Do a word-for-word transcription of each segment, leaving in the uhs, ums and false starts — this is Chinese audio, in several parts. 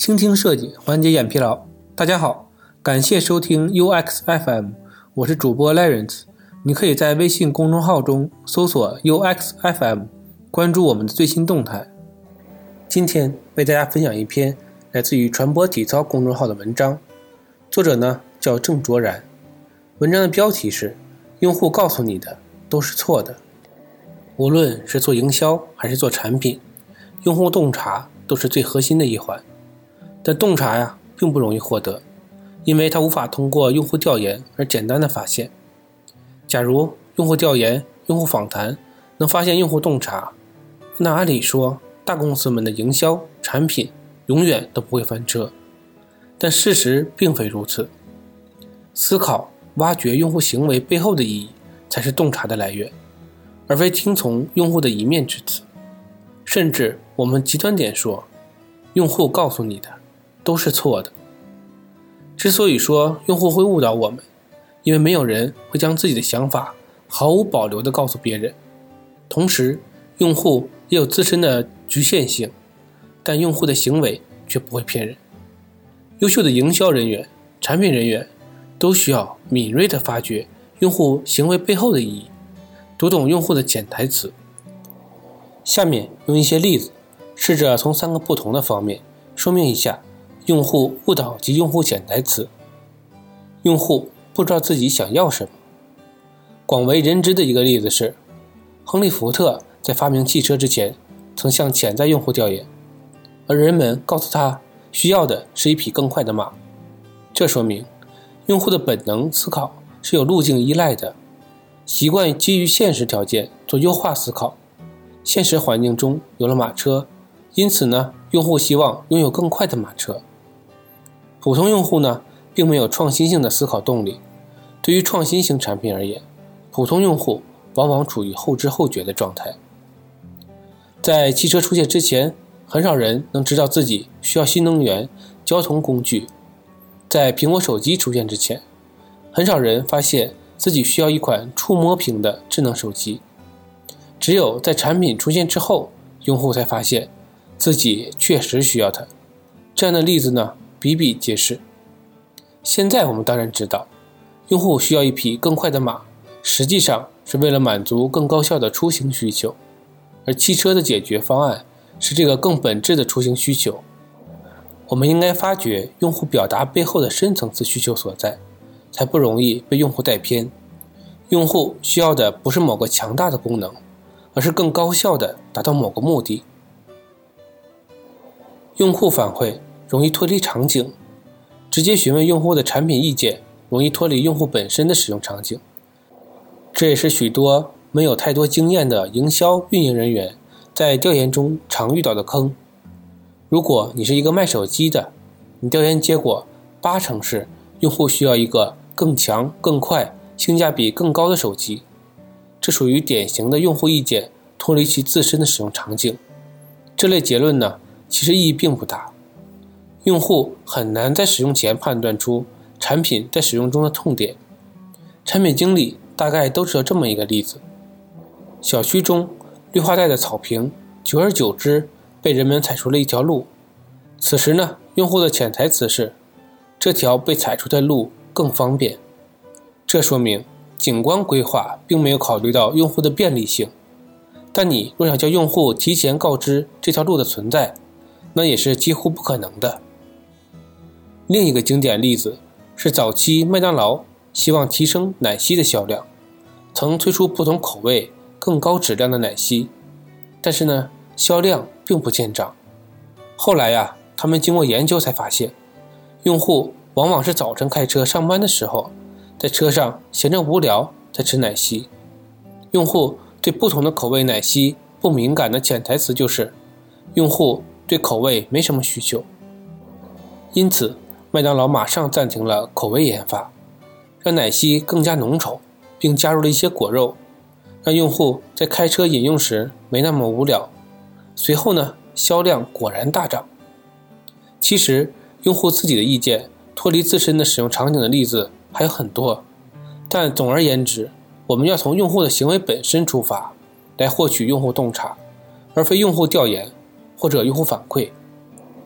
倾听设计，缓解眼疲劳。大家好，感谢收听 U X F M， 我是主播 Lawrence。你可以在微信公众号中搜索 U X F M， 关注我们的最新动态。今天为大家分享一篇来自于传播体操公众号的文章，作者呢叫郑卓然。文章的标题是用户告诉你的都是错的。无论是做营销还是做产品，用户洞察都是最核心的一环。但洞察呀并不容易获得，因为它无法通过用户调研而简单的发现。假如用户调研、用户访谈能发现用户洞察，那按理说大公司们的营销产品永远都不会翻车。但事实并非如此。思考挖掘用户行为背后的意义才是洞察的来源，而非听从用户的一面之词。甚至我们极端点说，用户告诉你的都是错的。之所以说用户会误导我们，因为没有人会将自己的想法毫无保留地告诉别人。同时，用户也有自身的局限性，但用户的行为却不会骗人。优秀的营销人员、产品人员都需要敏锐地发掘用户行为背后的意义，读懂用户的潜台词。下面用一些例子，试着从三个不同的方面说明一下用户误导及用户潜台词。用户不知道自己想要什么。广为人知的一个例子是，亨利·福特在发明汽车之前曾向潜在用户调研，而人们告诉他需要的是一匹更快的马。这说明用户的本能思考是有路径依赖的，习惯基于现实条件做优化思考。现实环境中有了马车，因此呢，用户希望拥有更快的马车。普通用户呢，并没有创新性的思考动力。对于创新型产品而言，普通用户往往处于后知后觉的状态。在汽车出现之前，很少人能知道自己需要新能源交通工具。在苹果手机出现之前，很少人发现自己需要一款触摸屏的智能手机。只有在产品出现之后，用户才发现自己确实需要它。这样的例子呢，比比皆是。现在我们当然知道，用户需要一匹更快的马，实际上是为了满足更高效的出行需求，而汽车的解决方案是这个更本质的出行需求。我们应该发掘用户表达背后的深层次需求所在，才不容易被用户带偏。用户需要的不是某个强大的功能，而是更高效地达到某个目的。用户反馈容易脱离场景，直接询问用户的产品意见容易脱离用户本身的使用场景。这也是许多没有太多经验的营销运营人员在调研中常遇到的坑。如果你是一个卖手机的，你调研结果八成是用户需要一个更强、更快、性价比更高的手机。这属于典型的用户意见脱离其自身的使用场景。这类结论呢，其实意义并不大。用户很难在使用前判断出产品在使用中的痛点。产品经理大概都知道这么一个例子：小区中绿化带的草坪，久而久之被人们踩出了一条路。此时呢，用户的潜台词是，这条被踩出的路更方便。这说明景观规划并没有考虑到用户的便利性。但你若想叫用户提前告知这条路的存在，那也是几乎不可能的。另一个经典例子是早期麦当劳希望提升奶昔的销量，曾推出不同口味、更高质量的奶昔，但是呢，销量并不见涨。后来呀，他们经过研究才发现，用户往往是早晨开车上班的时候，在车上闲着无聊才吃奶昔。用户对不同的口味奶昔不敏感的潜台词就是，用户对口味没什么需求。因此，麦当劳马上暂停了口味研发，让奶昔更加浓稠，并加入了一些果肉，让用户在开车饮用时没那么无聊。随后呢，销量果然大涨。其实，用户自己的意见脱离自身的使用场景的例子还有很多，但总而言之，我们要从用户的行为本身出发，来获取用户洞察，而非用户调研或者用户反馈。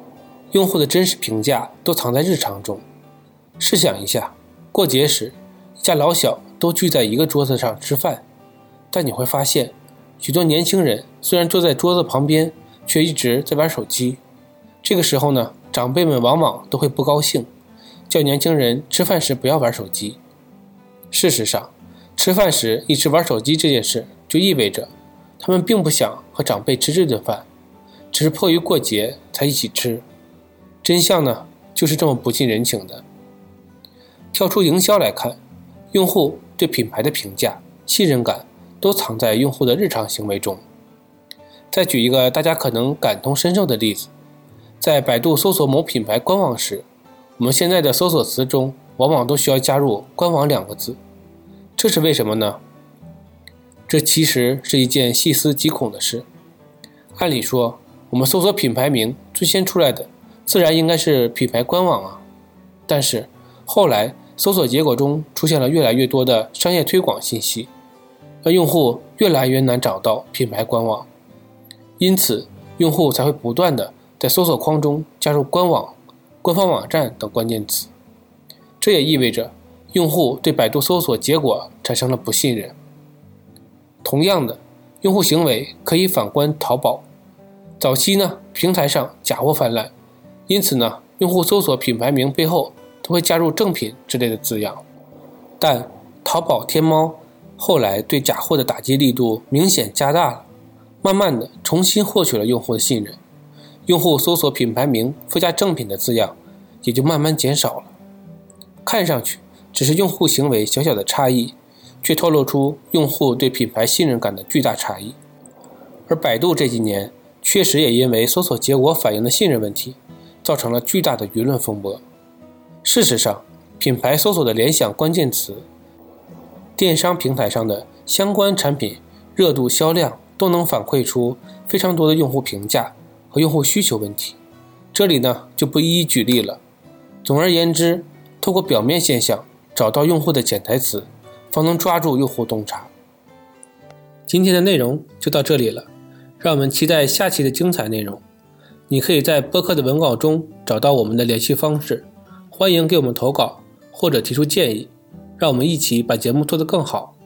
用户的真实评价都藏在日常中。试想一下，过节时一家老小都聚在一个桌子上吃饭，但你会发现许多年轻人虽然坐在桌子旁边，却一直在玩手机。这个时候呢，长辈们往往都会不高兴，叫年轻人吃饭时不要玩手机。事实上，吃饭时一直玩手机这件事就意味着他们并不想和长辈吃这顿饭，只是迫于过节才一起吃。真相呢，就是这么不近人情的。跳出营销来看，用户对品牌的评价、信任感都藏在用户的日常行为中。再举一个大家可能感同身受的例子，在百度搜索某品牌官网时，我们现在的搜索词中往往都需要加入官网两个字，这是为什么呢？这其实是一件细思极恐的事。按理说，我们搜索品牌名最先出来的自然应该是品牌官网啊，但是后来搜索结果中出现了越来越多的商业推广信息，让用户越来越难找到品牌官网，因此用户才会不断的在搜索框中加入官网、官方网站等关键词。这也意味着用户对百度搜索结果产生了不信任。同样的，用户行为可以反观淘宝。早期呢，平台上假货泛滥，因此呢，用户搜索品牌名背后都会加入正品之类的字样。但淘宝、天猫后来对假货的打击力度明显加大了，慢慢的重新获取了用户的信任，用户搜索品牌名附加正品的字样也就慢慢减少了。看上去只是用户行为小小的差异，却透露出用户对品牌信任感的巨大差异。而百度这几年确实也因为搜索结果反映的信任问题，造成了巨大的舆论风波。事实上，品牌搜索的联想关键词、电商平台上的相关产品热度、销量都能反馈出非常多的用户评价和用户需求问题。这里呢就不一一举例了。总而言之，透过表面现象找到用户的潜台词，方能抓住用户洞察。今天的内容就到这里了，让我们期待下期的精彩内容。你可以在播客的文稿中找到我们的联系方式，欢迎给我们投稿或者提出建议，让我们一起把节目做得更好。